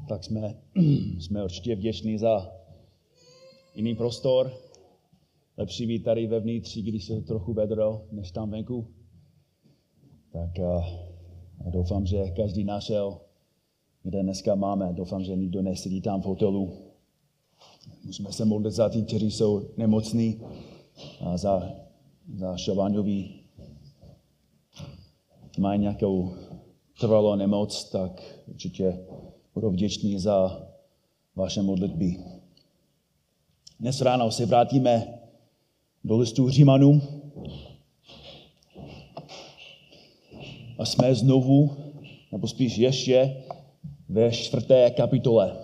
tak jsme určitě vděční za jiný prostor. Lepší být tady vevnitř, když je trochu vedro, než tam venku. Tak doufám, že každý našel, kde dneska máme. Doufám, že nikdo nesedí tam v hotelu. Musíme se modlit za ty, kteří jsou nemocní, a za Šováňovi. Mají nějakou trvalou nemoc, tak určitě budu vděčný za vaše modlitby. Dnes ráno se vrátíme do listu Římanům a jsme znovu, nebo spíš ještě, ve 4. kapitole.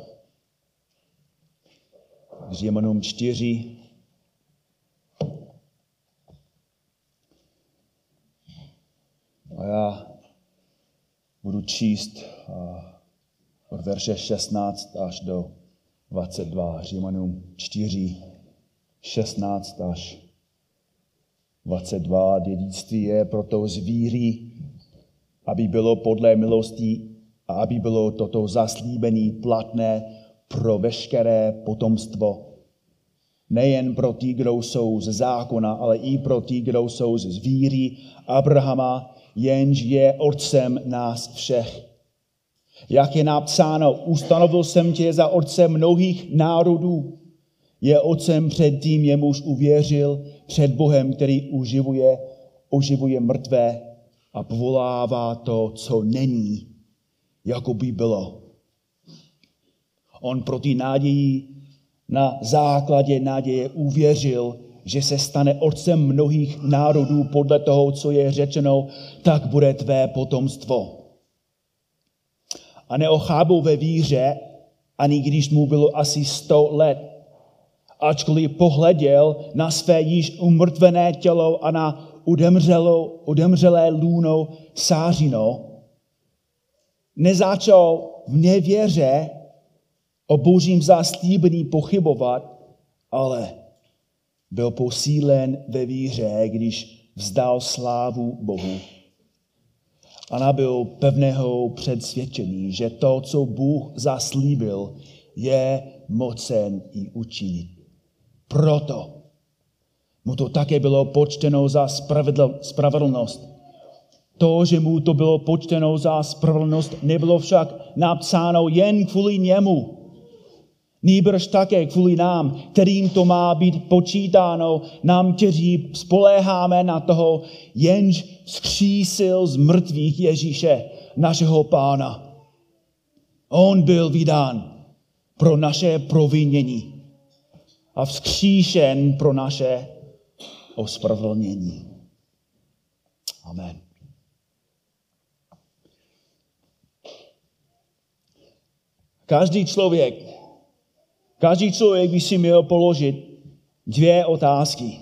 Římanům 4. A já budu číst od verše 16 až do 22. Římanům 4, 16 až 22. Dědictví je proto z víry, aby bylo podle milosti a aby bylo toto zaslíbení platné pro veškeré potomstvo. Nejen pro ty, kdo jsou ze zákona, ale i pro ty, kdo jsou z víry Abrahama, jenž je otcem nás všech. Jak je napsáno, ustanovil jsem tě za otce mnohých národů. Je otcem před tím, jemuž uvěřil, před Bohem, který oživuje mrtvé a povolává to, co není, jako by bylo. On pro ty naději na základě naděje uvěřil, že se stane otcem mnohých národů podle toho, co je řečeno, tak bude tvé potomstvo. A neochábou ve víře, ani když mu bylo asi 100 let, ačkoliv pohleděl na své již umrtvené tělo a na udemřelé lůno sářino, nezačal v nevěře o božím zaslíbení pochybovat, ale byl posílen ve víře, když vzdal slávu Bohu a nabyl pevného přesvědčení, že to, co Bůh zaslíbil, je mocen i učinit. Proto mu to také bylo počteno za spravedlnost. To, že mu to bylo počteno za spravedlnost, nebylo však napsáno jen kvůli němu, nýbrž také kvůli nám, kterým to má být počítáno, nám, kteří spoléháme na toho, jenž vzkřísil z mrtvých Ježíše, našeho Pána. On byl vydán pro naše provinění a vzkříšen pro naše ospravedlnění. Amen. Každý člověk by si měl položit 2 otázky.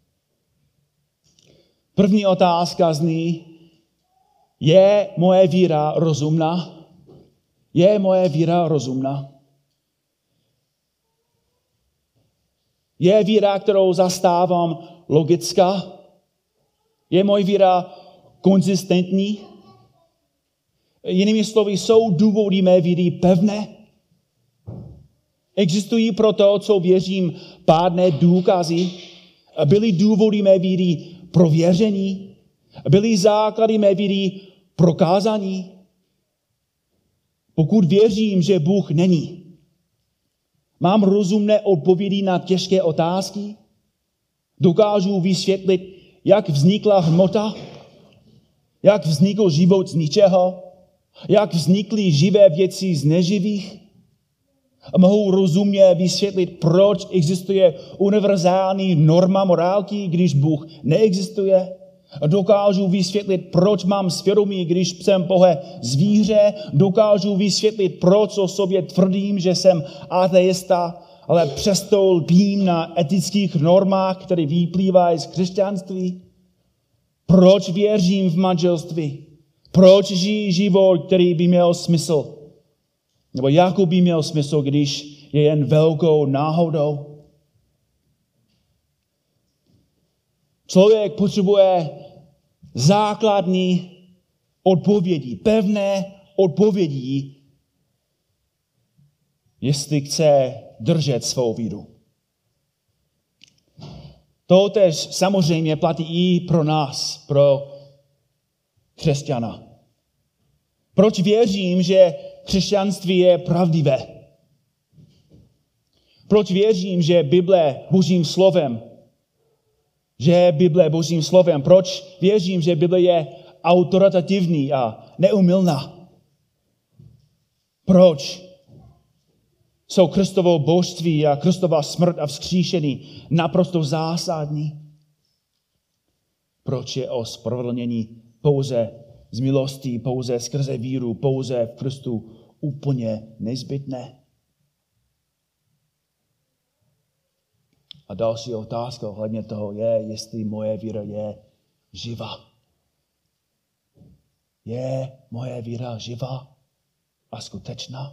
První otázka zní, je moje víra rozumná? Je moje víra rozumná? Je víra, kterou zastávám, logická? Je moje víra konzistentní? Jinými slovy, jsou důvody mé víry pevné? Existují pro to, co věřím, pádné důkazy? Byly důvody mé víry prověření? Byly základy mé víry prokázaní? Pokud věřím, že Bůh není, mám rozumné odpovědi na těžké otázky? Dokážu vysvětlit, jak vznikla hmota? Jak vznikl život z ničeho? Jak vznikly živé věci z neživých? Mohu rozumně vysvětlit, proč existuje univerzální norma morálky, když Bůh neexistuje? Dokážu vysvětlit, proč mám svědomí, když jsem pouhé zvíře? Dokážu vysvětlit, proč o sobě tvrdím, že jsem ateista, ale přesto lpím na etických normách, které vyplývají z křesťanství? Proč věřím v manželství? Proč žijí život, který by měl smysl? Nebo jakou by měl smysl, když je jen velkou náhodou? Člověk potřebuje základní odpovědi, pevné odpovědi jestli chce držet svou víru. To tež samozřejmě platí i pro nás, pro křesťana. Proč věřím, že křesťanství je pravdivé? Proč věřím, že Bible je Božím slovem? Proč věřím, že Bible je autoritativní a neumylná? Proč jsou Kristovo božství a Kristova smrt a vzkříšení naprosto zásadní? Proč je ospravedlnění pouze z milostí, pouze skrze víru, pouze v Kristu úplně nezbytné? A další otázka ohledně toho je, jestli moje víra je živá. Je moje víra živá a skutečná?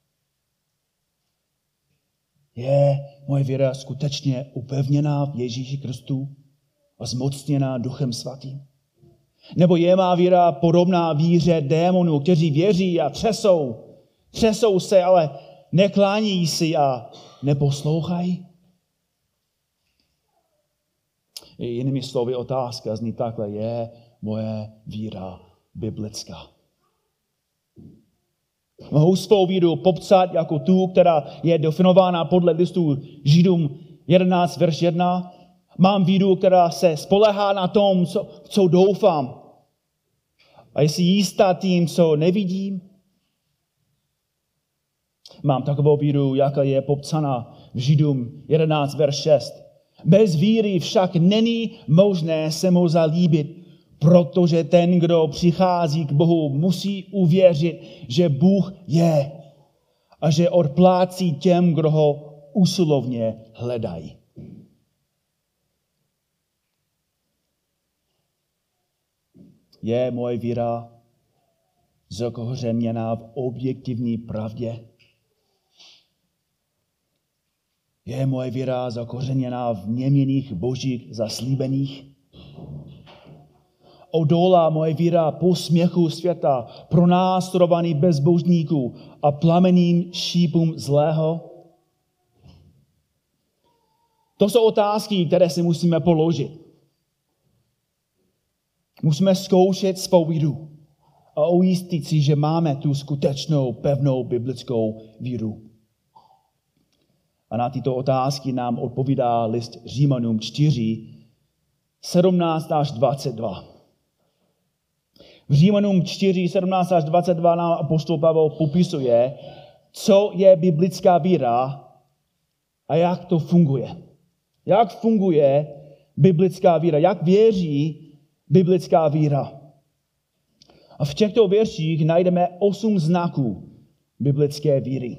Je moje víra skutečně upevněná v Ježíši Kristu a zmocněná Duchem Svatým? Nebo je má víra podobná víře démonů, kteří věří a třesou se, ale neklání si a neposlouchají? Jinými slovy otázka zní takhle, je moje víra biblická? Mohu svou víru popsat jako tu, která je definována podle listu Židům 11, verš 1. Mám víru, která se spolehá na tom, co doufám. A je si jistá tím, co nevidím. Mám takovou víru, jaká je popsána v Židům 11, verš 6. Bez víry však není možné se mu zalíbit, protože ten, kdo přichází k Bohu, musí uvěřit, že Bůh je a že odplácí těm, kdo ho usilovně hledají. Je moje víra zakořeněná v objektivní pravdě? Je moje víra zakořeněná v neměnných božích zaslíbeních? Odolá moje víra posměchu světa, pronásledovaný bezbožníků a plameným šípům zlého? To jsou otázky, které si musíme položit. Musíme zkoušet svou víru a ujistit si, že máme tu skutečnou, pevnou biblickou víru. A na tyto otázky nám odpovídá list Římanům 4, 17 až 22. V Římanům 4, 17 až 22 nám apoštol Pavel popisuje, co je biblická víra a jak to funguje. Jak funguje biblická víra, jak věří biblická víra. A v těchto verších najdeme 8 znaků biblické víry.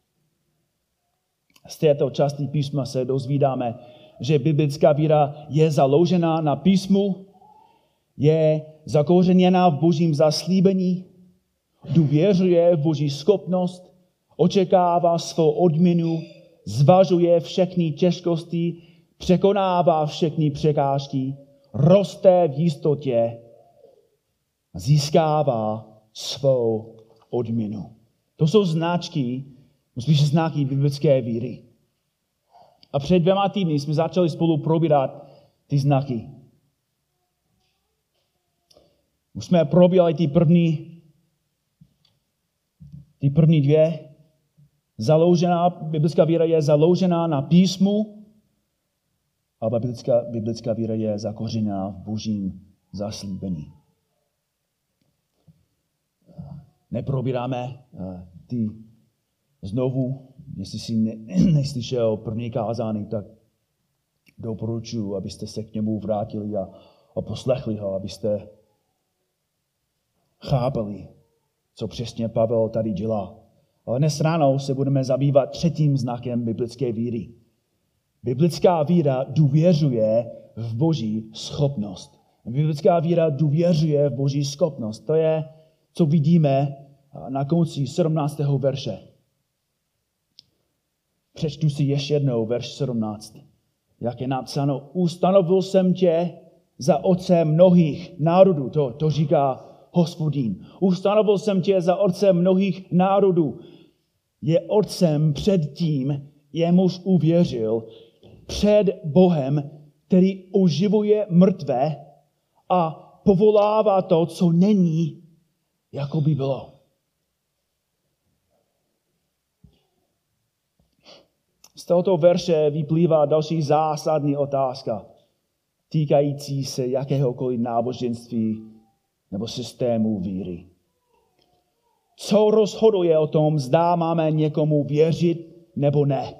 Z této části písma se dozvídáme, že biblická víra je založená na písmu, je zakořeněná v Božím zaslíbení, důvěřuje v Boží schopnost, očekává svou odměnu, zvažuje všechny těžkosti, překonává všechny překážky, roste v jistotě, získává svou odměnu. To jsou znaky biblické víry. A před 2 týdny jsme začali spolu probírat ty znaky. Už jsme probírali ty první 2. Biblická víra je založená na písmu a biblická víra je zakořeněná v Božím zaslíbení. Neprobíráme ty znovu, jestli jsi neslyšel první kázání, tak doporučuji, abyste se k němu vrátili a poslechli ho, abyste chápali, co přesně Pavel tady dělá. Ale dnes ráno se budeme zabývat 3. znakem biblické víry. Biblická víra důvěřuje v Boží schopnost. Biblická víra důvěřuje v Boží schopnost. To je, co vidíme na konci 17. verše. Přečtu si ještě jednou verš 17. Jak je napsáno, ustanovil jsem tě za otce mnohých národů. To říká Hospodin. Ustanovil jsem tě za otce mnohých národů. je otcem před tím, jemuž uvěřil, před Bohem, který oživuje mrtvé a povolává to, co není, jako by bylo. Z tohoto verše vyplývá další zásadní otázka, týkající se jakéhokoliv náboženství nebo systému víry. Co rozhoduje o tom, zda máme někomu věřit nebo ne?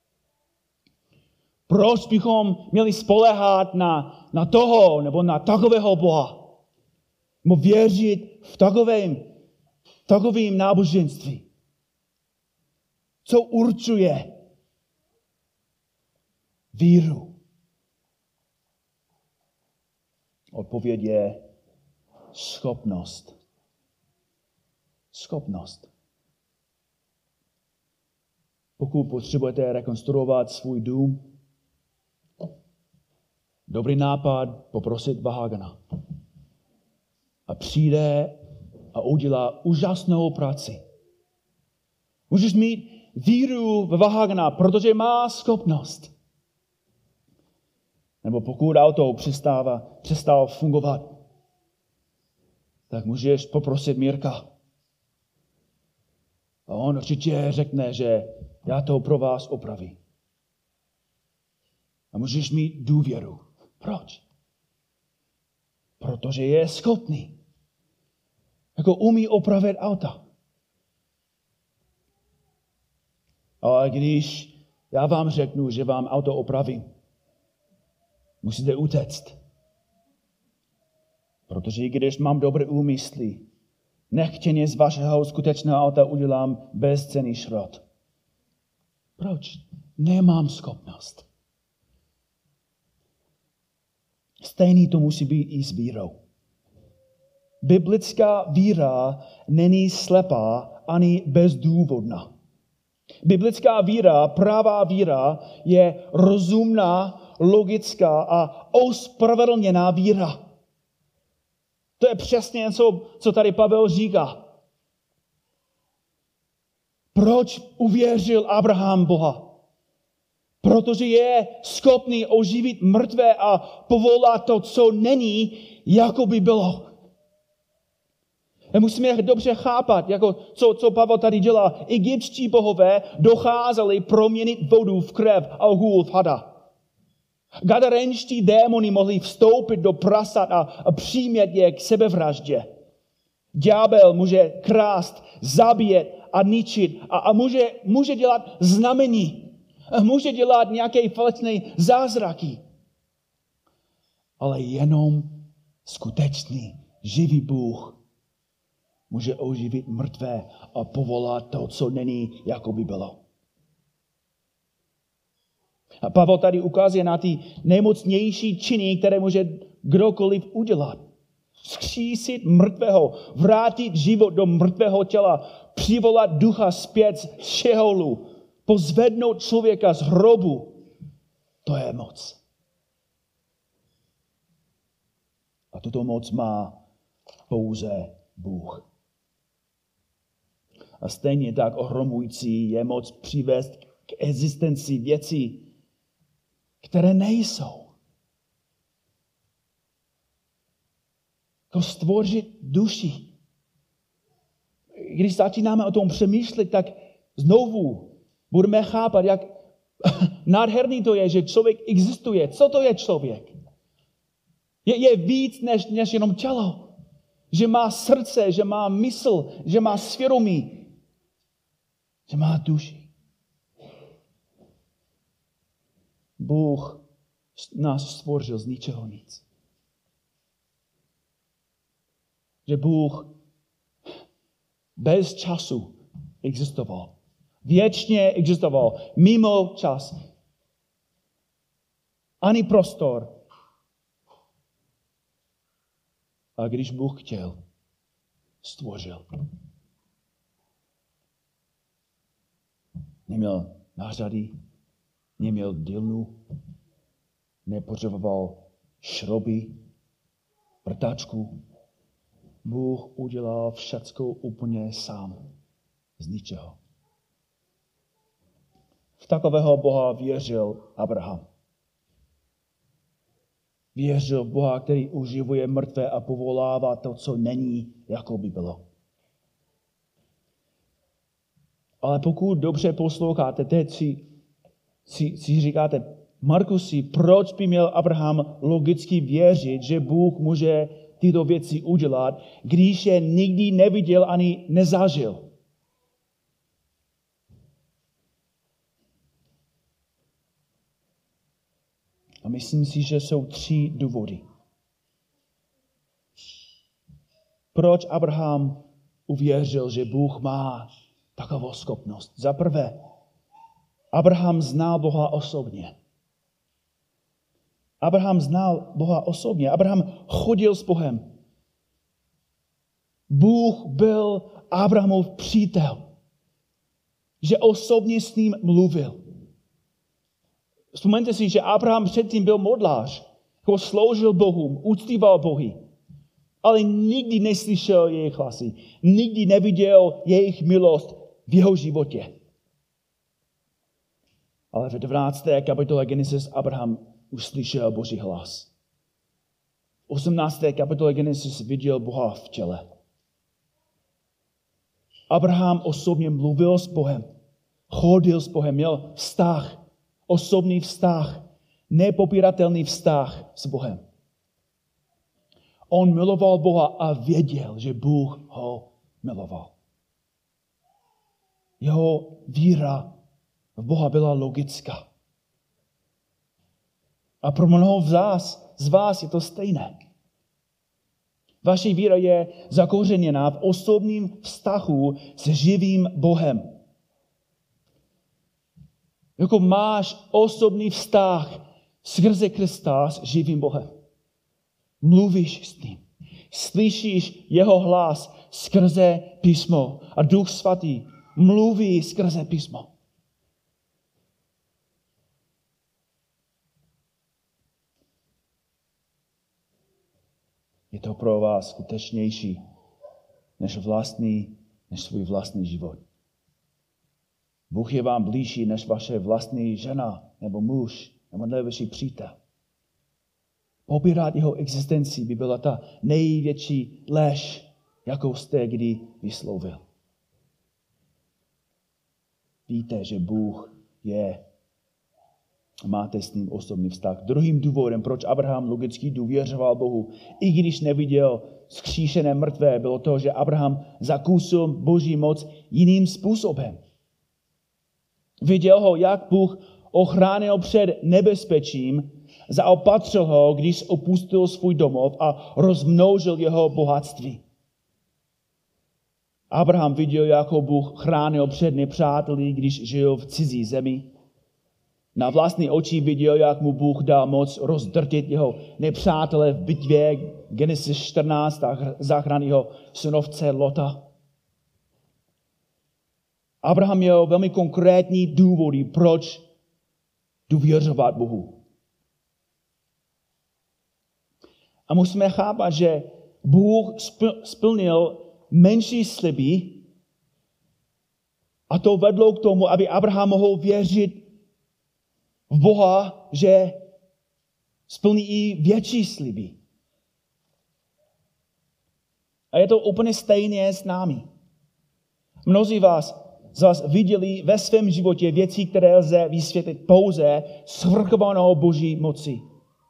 Proč bychom měli spoléhat na toho nebo na takového Boha? Nebo věřit v takovým náboženství? Co určuje víru? Odpověď je schopnost. Schopnost. Pokud potřebujete rekonstruovat svůj dům, dobrý nápad poprosit Vahagana. A přijde a udělá úžasnou práci. Můžeš mít víru ve Vahagana, protože má schopnost. Nebo pokud auto přestává fungovat, tak můžeš poprosit Mírka. A on určitě řekne, že já to pro vás opravím. A můžeš mít důvěru. Proč? Protože je schopný. Jako umí opravit auta. Ale když já vám řeknu, že vám auto opravím, musíte utéct. Protože když mám dobré úmysly, nechtěně z vašeho skutečného auta udělám bezcenný šrot. Proč? Nemám schopnost. Stejný to musí být i s vírou. Biblická víra není slepá ani bezdůvodná. Biblická víra, pravá víra, je rozumná, logická a ospravedlněná víra. To je přesně něco, co tady Pavel říká. Proč uvěřil Abraham Boha? Protože je schopný oživit mrtvé a povolat to, co není, jako by bylo. Musíme dobře chápat, jako co Pavel tady dělá. Egyptští bohové docházeli proměnit vodu v krev a hůl v hada. Gadarenští démoni mohli vstoupit do prasat a přimět je k sebevraždě. Ďábel může krást, zabíjet a ničit a může dělat znamení. Může dělat nějaké falešné zázraky. Ale jenom skutečný, živý Bůh může oživit mrtvé a povolat to, co není, jako by bylo. A Pavel tady ukazuje na ty nejmocnější činy, které může kdokoliv udělat. Vzkřísit mrtvého, vrátit život do mrtvého těla, přivolat ducha zpět z šeholu, pozvednout člověka z hrobu. To je moc. A tuto moc má pouze Bůh. A stejně tak ohromující je moc přivést k existenci věcí, které nejsou. Jako stvořit duši. Když začínáme o tom přemýšlet, tak znovu budeme chápat, jak nádherný to je, že člověk existuje. Co to je člověk? Je víc než jenom tělo. Že má srdce, že má mysl, že má svědomí, že má duši. Bůh nás stvořil z ničeho nic. Že Bůh bez času existoval. Věčně existoval. Mimo čas. Ani prostor. A když Bůh chtěl, stvořil. Neměl nářady, neměl dílnu, nepotřeboval šrouby, vrtačku. Bůh udělal všecko úplně sám, z ničeho. V takového Boha věřil Abraham. Věřil v Boha, který uživuje mrtvé a povolává to, co není, jako by bylo. Ale pokud dobře posloucháte, teď si říkáte, Markusi, proč by měl Abraham logicky věřit, že Bůh může tyto věci udělat, když je nikdy neviděl ani nezažil? A myslím si, že jsou 3 důvody. Proč Abraham uvěřil, že Bůh má takovou schopnost? Za prvé, Abraham znal Boha osobně. Abraham znal Boha osobně. Abraham chodil s Bohem. Bůh byl Abrahamův přítel. Že osobně s ním mluvil. Vzpomeňte si, že Abraham předtím byl modlář. Jako sloužil Bohu, uctíval Bohy. Ale nikdy neslyšel jejich hlasy. Nikdy neviděl jejich milost v jeho životě. Ale v 12. kapitole Genesis Abraham uslyšel Boží hlas. V 18. kapitole Genesis viděl Boha v těle. Abraham osobně mluvil s Bohem. Chodil s Bohem, měl vztah, osobní vztah, nepopiratelný vztah s Bohem. On miloval Boha a věděl, že Bůh ho miloval. Jeho víra v Boha byla logická. A pro mnoho z vás je to stejné. Vaše víra je zakořeněná v osobním vztahu s živým Bohem. Jako máš osobní vztah skrze Krista s živým Bohem. Mluvíš s ním. Slyšíš jeho hlas skrze písmo. A Duch Svatý mluví skrze písmo. Je to pro vás skutečnější než svůj vlastní život. Bůh je vám blížší než vaše vlastní žena, nebo muž, nebo nejlepší přítel. Popírat jeho existenci by byla ta největší lež, jakou jste kdy vyslovil. Víte, že Bůh je, máte s ním osobní vztah. Druhým důvodem, proč Abraham logicky důvěřoval Bohu, i když neviděl vzkříšené mrtvé, bylo to, že Abraham zakusil Boží moc jiným způsobem. Viděl ho, jak Bůh ochránil před nebezpečím, zaopatřil ho, když opustil svůj domov a rozmnožil jeho bohatství. Abraham viděl, jak ho Bůh chránil před nepřáteli, když žil v cizí zemi. Na vlastní oči viděl, jak mu Bůh dal moc rozdrtit jeho nepřátele v bitvě Genesis 14 a záchrany jeho synovce Lota. Abraham měl velmi konkrétní důvody, proč důvěřovat Bohu. A musíme chápat, že Bůh splnil menší sliby a to vedlo k tomu, aby Abraham mohl věřit v Boha, že splní i větší sliby. A je to úplně stejné s námi. Mnozí z vás viděli ve svém životě věci, které lze vysvětlit pouze svrchovanou Boží moci.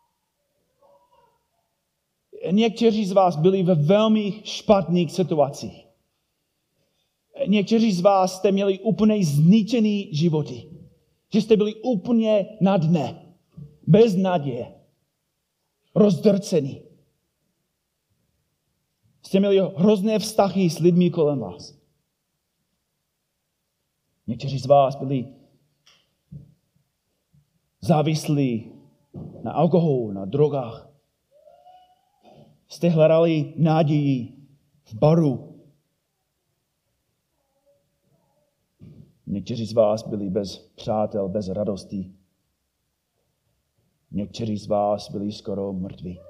Někteří z vás byli ve velmi špatných situacích. Někteří z vás jste měli úplně zničený životy. Že jste byli úplně na dne, bez naděje, rozdrcený. Jste měli hrozné vztahy s lidmi kolem vás. Někteří z vás byli závislí na alkoholu, na drogách. Jste hledali naději v baru. Někteří z vás byli bez přátel, bez radosti. Někteří z vás byli skoro mrtví.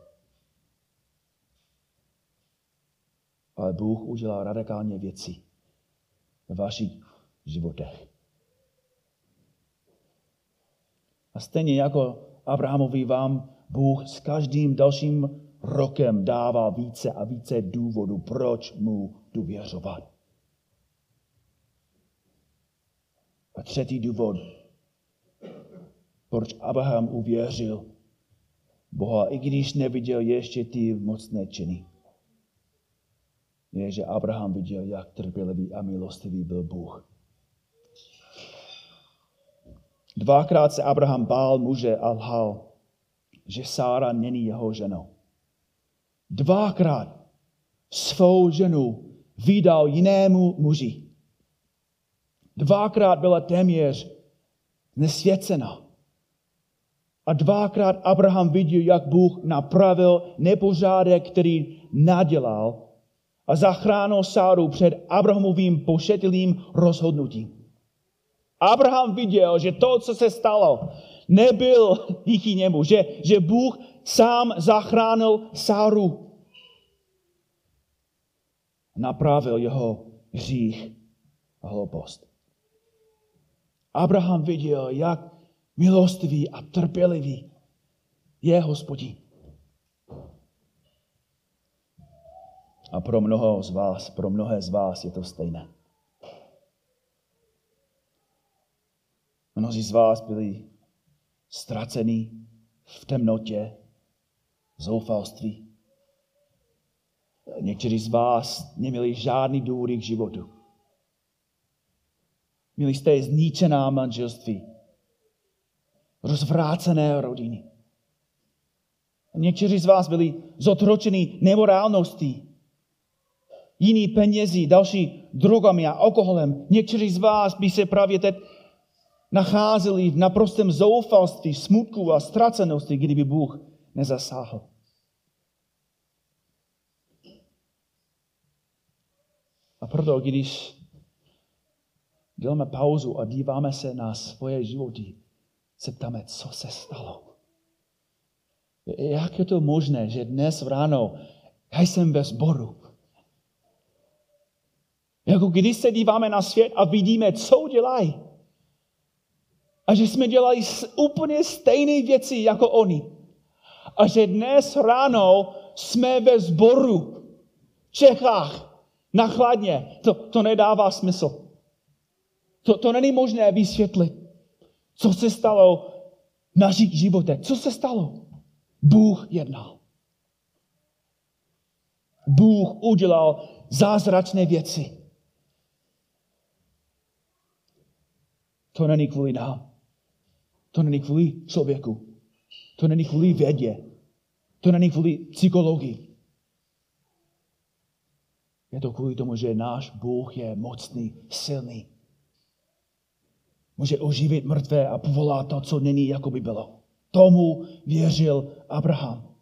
Ale Bůh udělal radikálně věci ve vašich životech. A stejně jako Abrahamovi vám Bůh s každým dalším rokem dává více a více důvodů, proč mu důvěřovat. A třetí důvod, proč Abraham uvěřil Boha, i když neviděl ještě ty mocné činy, je, že Abraham viděl, jak trpělivý a milostivý byl Bůh. Dvakrát se Abraham bál muže a lhal, že Sára není jeho ženou. Dvakrát svou ženu vydal jinému muži. Dvakrát byla téměř nesvěcena. A dvakrát Abraham viděl, jak Bůh napravil nepořádek, který nadělal a zachránil Sáru před Abrahamovým pošetilým rozhodnutím. Abraham viděl, že to, co se stalo, nebyl díky němu, že Bůh sám zachránil Sáru. Napravil jeho hřích a hloupost. Abraham viděl, jak milostivý a trpělivý je Hospodin. A pro mnohé z vás je to stejné. Mnozí z vás byli ztracení v temnotě, zoufalství. Někteří z vás neměli žádný důvod k životu. Měli jste zničená manželství, rozvrácené rodiny. Někteří z vás byli zotročeni nemorálností, jiní penězi, další drogami a alkoholem. Někteří z vás by se právě teď nacházeli v naprostém zoufalství, smutku a ztracenosti, kdyby Bůh nezasáhl. A proto, když děláme pauzu a díváme se na svoje životy, se ptáme, co se stalo. Jak je to možné, že dnes ráno já jsem ve sboru? Jako když se díváme na svět a vidíme, co dělají. A že jsme dělali úplně stejné věci jako oni. A že dnes ráno jsme ve sboru v Čechách na Chladně. To nedává smysl. To není možné vysvětlit. Co se stalo v našich životech? Co se stalo? Bůh jednal. Bůh udělal zázračné věci. To není kvůli nám. To není kvůli člověku. To není kvůli vědě. To není kvůli psychologii. Je to kvůli tomu, že náš Bůh je mocný, silný. Může oživit mrtvé a povolat to, co není, jako by bylo. Tomu věřil Abraham.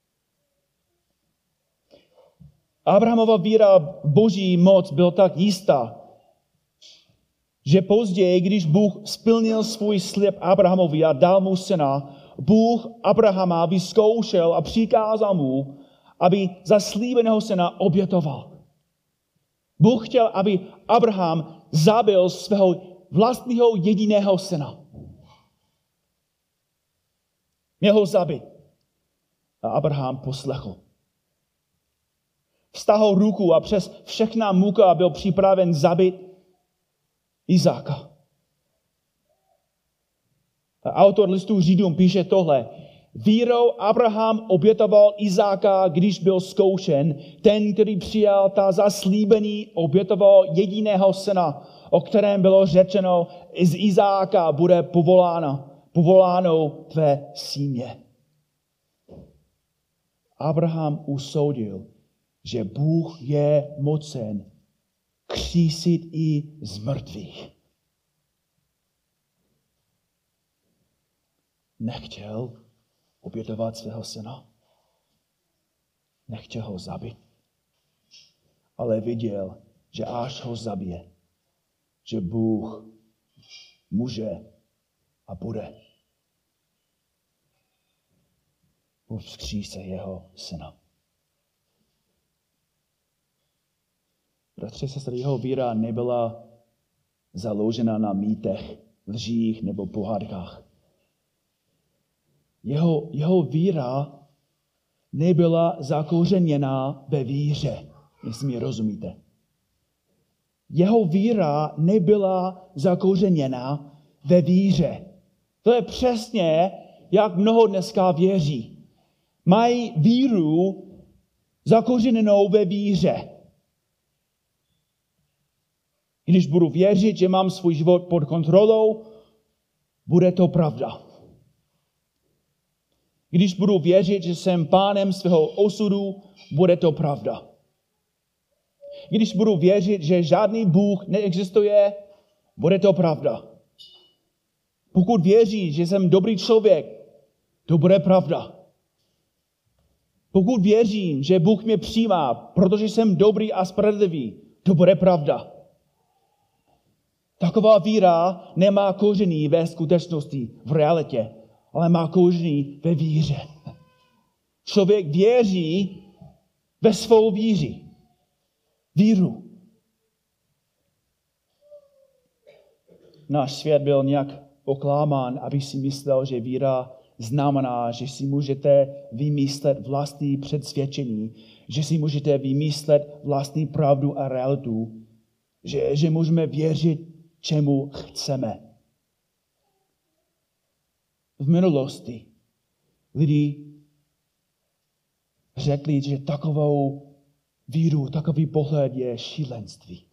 Abrahamova víra v Boží moc byla tak jistá, že později, když Bůh splnil svůj slib Abrahamovi a dal mu syna, Bůh Abrahama vyzkoušel a přikázal mu, aby zaslíbeného syna obětoval. Bůh chtěl, aby Abraham zabil svého vlastního jediného syna. Měl ho zabít. A Abraham poslechl. Vztahl ruku a přes všechna muka byl připraven zabít Izáka. A autor listu Židům píše tohle. Vírou Abraham obětoval Izáka, když byl zkoušen. Ten, který přijal ta zaslíbení, obětoval jediného syna, o kterém bylo řečeno, z Izáka bude povoláno tvé símě. Abraham usoudil, že Bůh je mocen křísit i z mrtvých. Nechtěl obětovat svého syna. Nechtěl ho zabít. Ale viděl, že až ho zabije, že Bůh může a bude vzkřísit jeho syna. Bratři, sestry, jeho víra nebyla založena na mýtech, lžích nebo pohádkách. Jeho víra nebyla zakořeněná ve víře, jestli mi rozumíte. Jeho víra nebyla zakořeněná ve víře. To je přesně, jak mnoho dneska věří. Mají víru zakořeněnou ve víře. Když budu věřit, že mám svůj život pod kontrolou, bude to pravda. Když budu věřit, že jsem pánem svého osudu, bude to pravda. Když budu věřit, že žádný Bůh neexistuje, bude to pravda. Pokud věří, že jsem dobrý člověk, to bude pravda. Pokud věřím, že Bůh mě přijímá, protože jsem dobrý a spravedlivý, to bude pravda. Taková víra nemá koření ve skutečnosti, v realitě, ale má koření ve víře. Člověk věří ve svou víru. Náš svět byl nějak oklamán, aby si myslel, že víra znamená, že si můžete vymyslet vlastní přesvědčení, že si můžete vymyslet vlastní pravdu a realitu, že můžeme věřit, čemu chceme. V minulosti lidi řekli, že takovou víru, takový pohled je šílenství.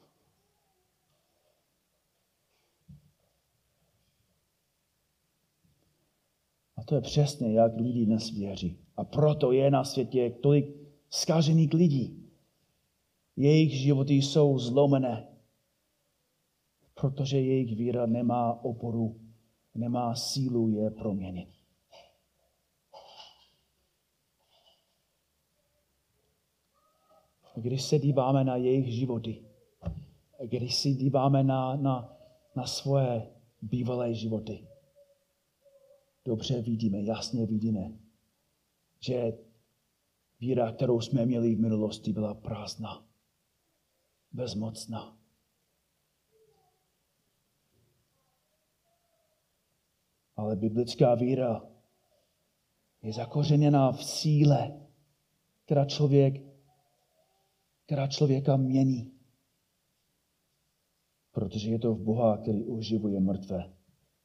A to je přesně, jak lidi dnes věří. A proto je na světě tolik zkažených lidí. Jejich životy jsou zlomené, protože jejich víra nemá oporu, nemá sílu je proměnit. Když se díváme na jejich životy, když se díváme na svoje bývalé životy, dobře vidíme, jasně vidíme, že víra, kterou jsme měli v minulosti, byla prázdná, bezmocná. Ale biblická víra je zakořeněná v síle, která člověka mění. Protože je to v Boha, který oživuje mrtvé.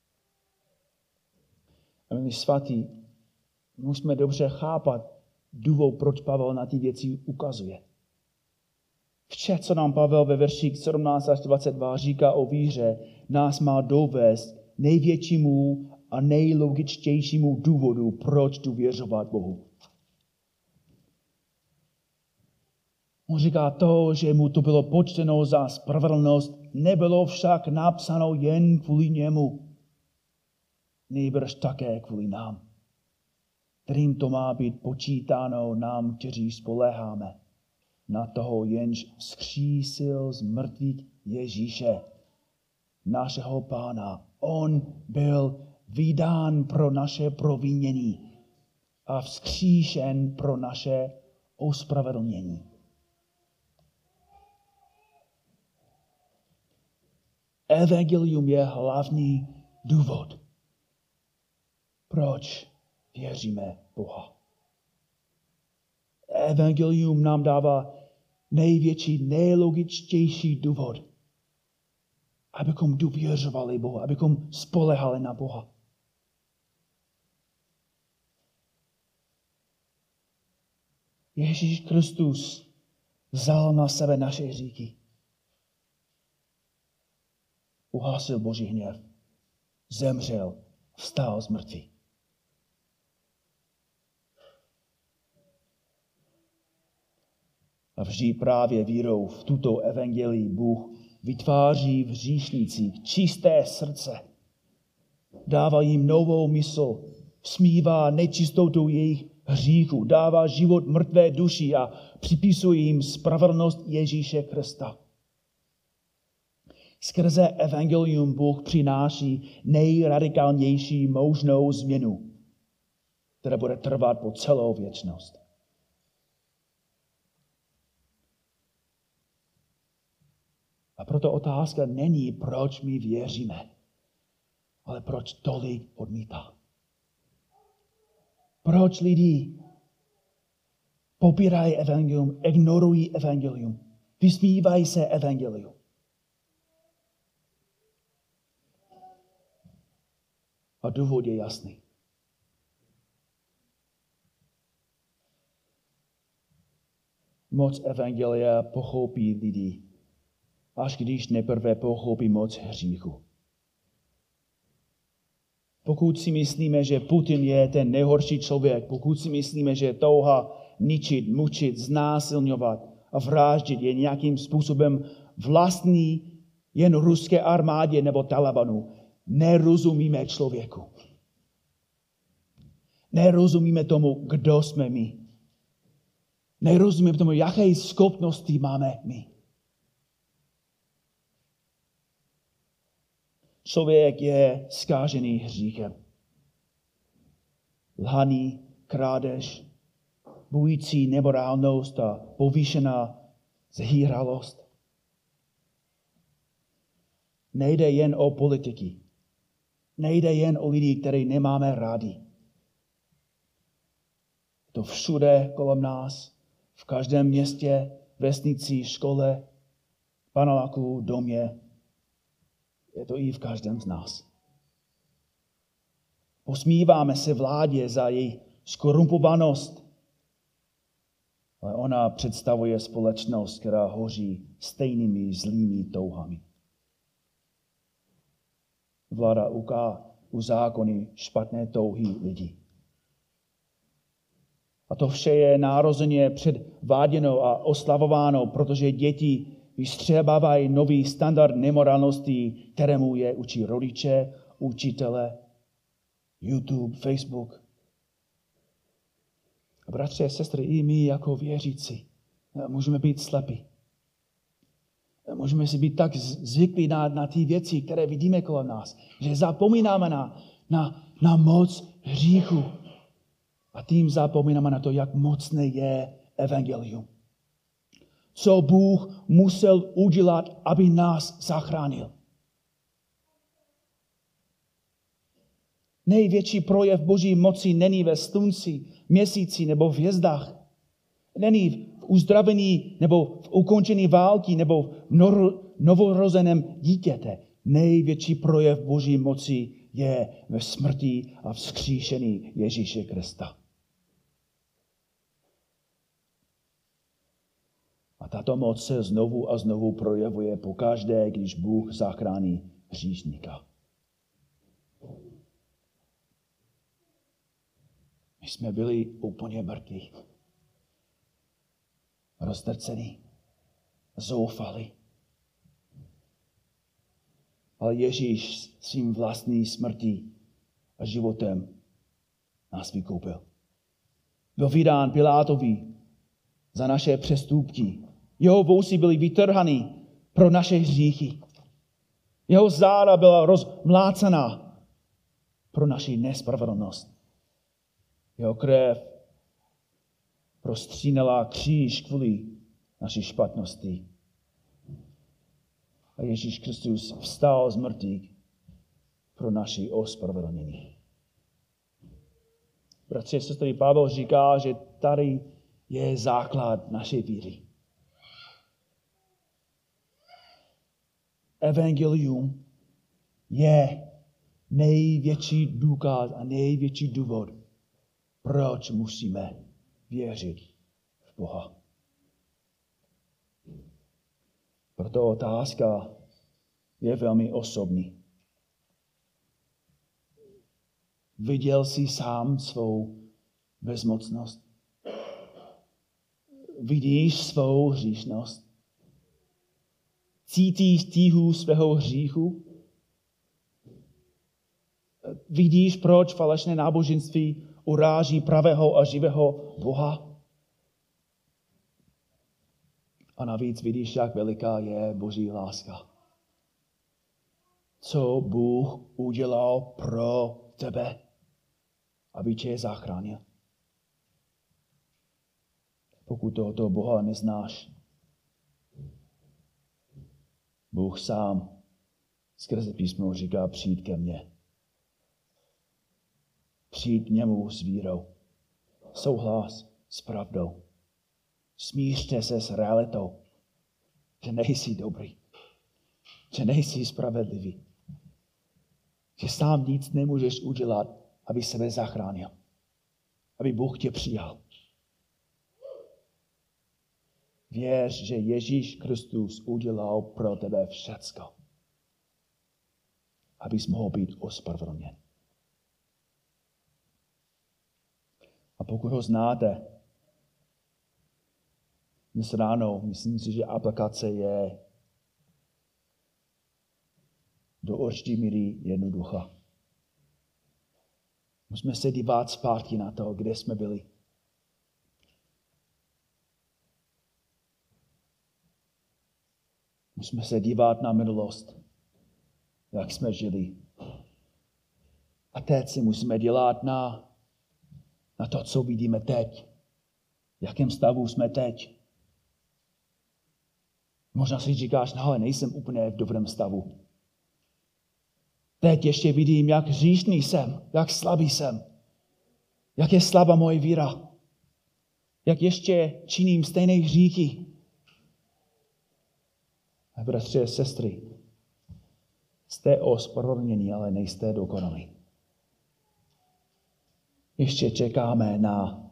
A my svatí, musíme dobře chápat důvod, proč Pavel na ty věci ukazuje. Vše, co nám Pavel ve verších 17 až 22 říká o víře, nás má dovést největšímu a nejlogičtějšímu důvodu, proč důvěřovat Bohu. On říká to, že mu to bylo počteno za spravedlnost, nebylo však napsáno jen kvůli němu. Nýbrž také kvůli nám, kterým to má být počítáno nám, kteří spoléháme na toho, jenž vzkřísil z mrtvých Ježíše, našeho Pána. On byl vydán pro naše provinění a vzkříšen pro naše ospravedlnění. Evangelium je hlavní důvod, proč věříme Boha. Evangelium nám dává největší, nejlogičtější důvod, abychom důvěřovali Bohu, abychom spolehali na Boha. Ježíš Kristus vzal na sebe naše hříchy. Uhasil Boží hněv, zemřel, vstal z mrtvých. A vždy právě vírou v tuto evangelii Bůh vytváří v hříšnících čisté srdce. Dává jim novou mysl, smívá nečistotu jejich hříchů, dává život mrtvé duši a připisuje jim spravedlnost Ježíše Krista. Skrze evangelium Bůh přináší nejradikálnější možnou změnu, která bude trvat po celou věčnost. A proto otázka není, proč my věříme, ale proč tolik odmítá. Proč lidi popírají evangelium, ignorují evangelium, vysmívají se evangelium? A důvod je jasný. Moc evangelia pochopí lidi, až když nejprve pochopí moc hříchu. Pokud si myslíme, že Putin je ten nejhorší člověk, pokud si myslíme, že touha ničit, mučit, znásilňovat a vraždit je nějakým způsobem vlastní jen ruské armádě nebo Talibanu, nerozumíme člověku. Nerozumíme tomu, kdo jsme my. Nerozumíme tomu, jaké schopnosti máme my. Člověk je zkážený hříchem. Lhaní, krádež, bojící nemorálnost a povýšená zhýralost. Nejde jen o politiky. Nejde jen o lidi, které nemáme rádi. To všude kolem nás, v každém městě, vesnici, škole, paneláku, domě. Je to i v každém z nás. Posmíváme se vládě za její skorumpovanost, ale ona představuje společnost, která hoří stejnými zlými touhami. Vláda uzákoní špatné touhy lidí. A to vše je nározeně předváděno a oslavováno, protože děti vystřebávají nový standard nemorálnosti, kterému je učí rodiče, učitele, YouTube, Facebook. A bratři a sestry, i my jako věřící můžeme být slepí. Můžeme si být tak zvyklí na ty věci, které vidíme kolem nás, že zapomínáme na moc hříchu. A tím zapomínáme na to, jak mocné je evangelium. Co Bůh musel udělat, aby nás zachránil. Největší projev Boží moci není ve slunci, měsíci nebo v hvězdách. Není v uzdravení nebo v ukončení války nebo v novorozeném dítěte. Největší projev Boží moci je ve smrti a vzkříšení Ježíše Krista. A tato moc se znovu a znovu projevuje pokaždé, když Bůh zachrání hříšníka. My jsme byli úplně mrtví, roztrcení, zoufali. Ale Ježíš svým vlastní smrtí a životem nás vykoupil. Byl vydán Pilátovi za naše přestupky. Jeho vousy byly vytrhaný pro naše hříchy. Jeho záda byla rozmlácená pro naši nespravedlnost. Jeho krev prostřínala kříž kvůli naší špatnosti. A Ježíš Kristus vstal z mrtvých pro naši ospravedlnění. Bratři a sestry, Pavel říká, že tady je základ naší víry. Evangelium je největší důkaz a největší důvod, proč musíme věřit v Boha. Proto otázka je velmi osobní. Viděl jsi sám svou bezmocnost? Vidíš svou hříšnost? Cítíš tíhu svého hříchu? Vidíš, proč falešné náboženství uráží pravého a živého Boha? A navíc vidíš, jak veliká je Boží láska. Co Bůh udělal pro tebe, aby tě zachránil. Pokud tohoto Boha neznáš, Bůh sám skrze písmo říká: přijď ke mně. Přijď k němu s vírou. souhlas s pravdou. Smířte se s realitou, že nejsi dobrý, že nejsi spravedlivý, že sám nic nemůžeš udělat, aby sebe zachránil, aby Bůh tě přijal. Věř, že Ježíš Kristus udělal pro tebe všecko, abys mohl být ospravedlněn. A pokud ho znáte, dnes ráno, myslím si, že aplikace je do určité míry jednoduchá. Musíme se dívat zpátky na to, kde jsme byli. Musíme se dívat na minulost, jak jsme žili. A teď si musíme dělat na to, co vidíme teď. V jakém stavu jsme teď. Možná si říkáš, ale nejsem úplně v dobrém stavu. Teď ještě vidím, jak hříšný jsem, jak slabý jsem. Jak je slabá moje víra. Jak ještě činím stejné hříchy. A bratři a sestry, jste ospravedlněni, ale nejste dokonalí. Ještě čekáme na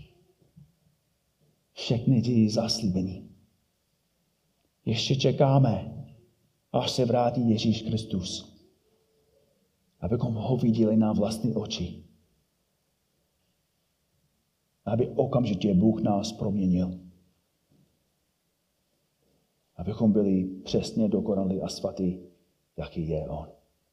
všechny ty zaslíbení. Ještě čekáme, až se vrátí Ježíš Kristus, abychom ho viděli na vlastní oči. Aby okamžitě Bůh nás proměnil. Abychom byli přesně dokonalí a svatí, jaký je on.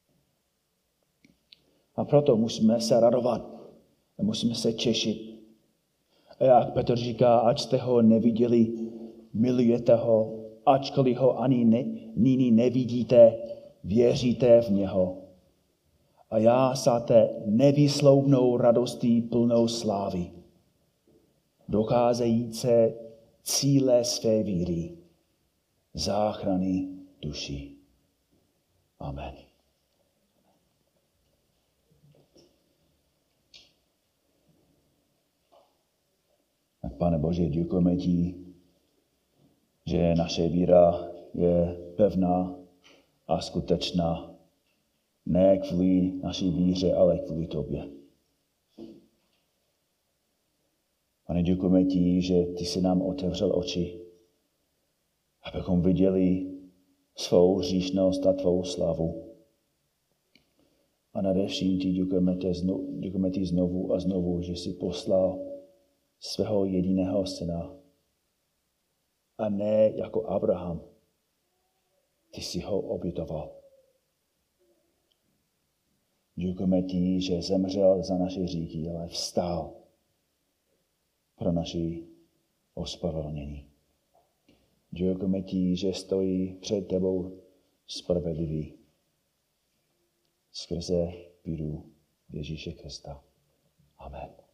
A proto musíme se radovat. A musíme se těšit. A jak Petr říká, ať jste ho neviděli, milujete ho, ačkoliv ho ani nyní nevidíte, věříte v něho. A já sáte nevysloubnou radostí plnou slávy, docházejíce cíle své víry, záchrany duší. Amen. Tak, Pane Bože, děkujeme ti, že naše víra je pevná a skutečná. Ne kvůli naší víře, ale kvůli tobě. Pane, děkujeme ti, že ty jsi nám otevřel oči, abychom viděli svou hříšnost a tvou slavu. A nadevším ti děkujeme ti znovu a znovu, že jsi poslal svého jediného syna. A ne jako Abraham. Ty jsi ho obětoval. Děkujeme ti, že zemřel za naše hříchy, ale vstál pro naši ospravedlnění. Děkujeme ti, že stojí před tebou spravedlivý skrze víru Ježíše Krista. Amen.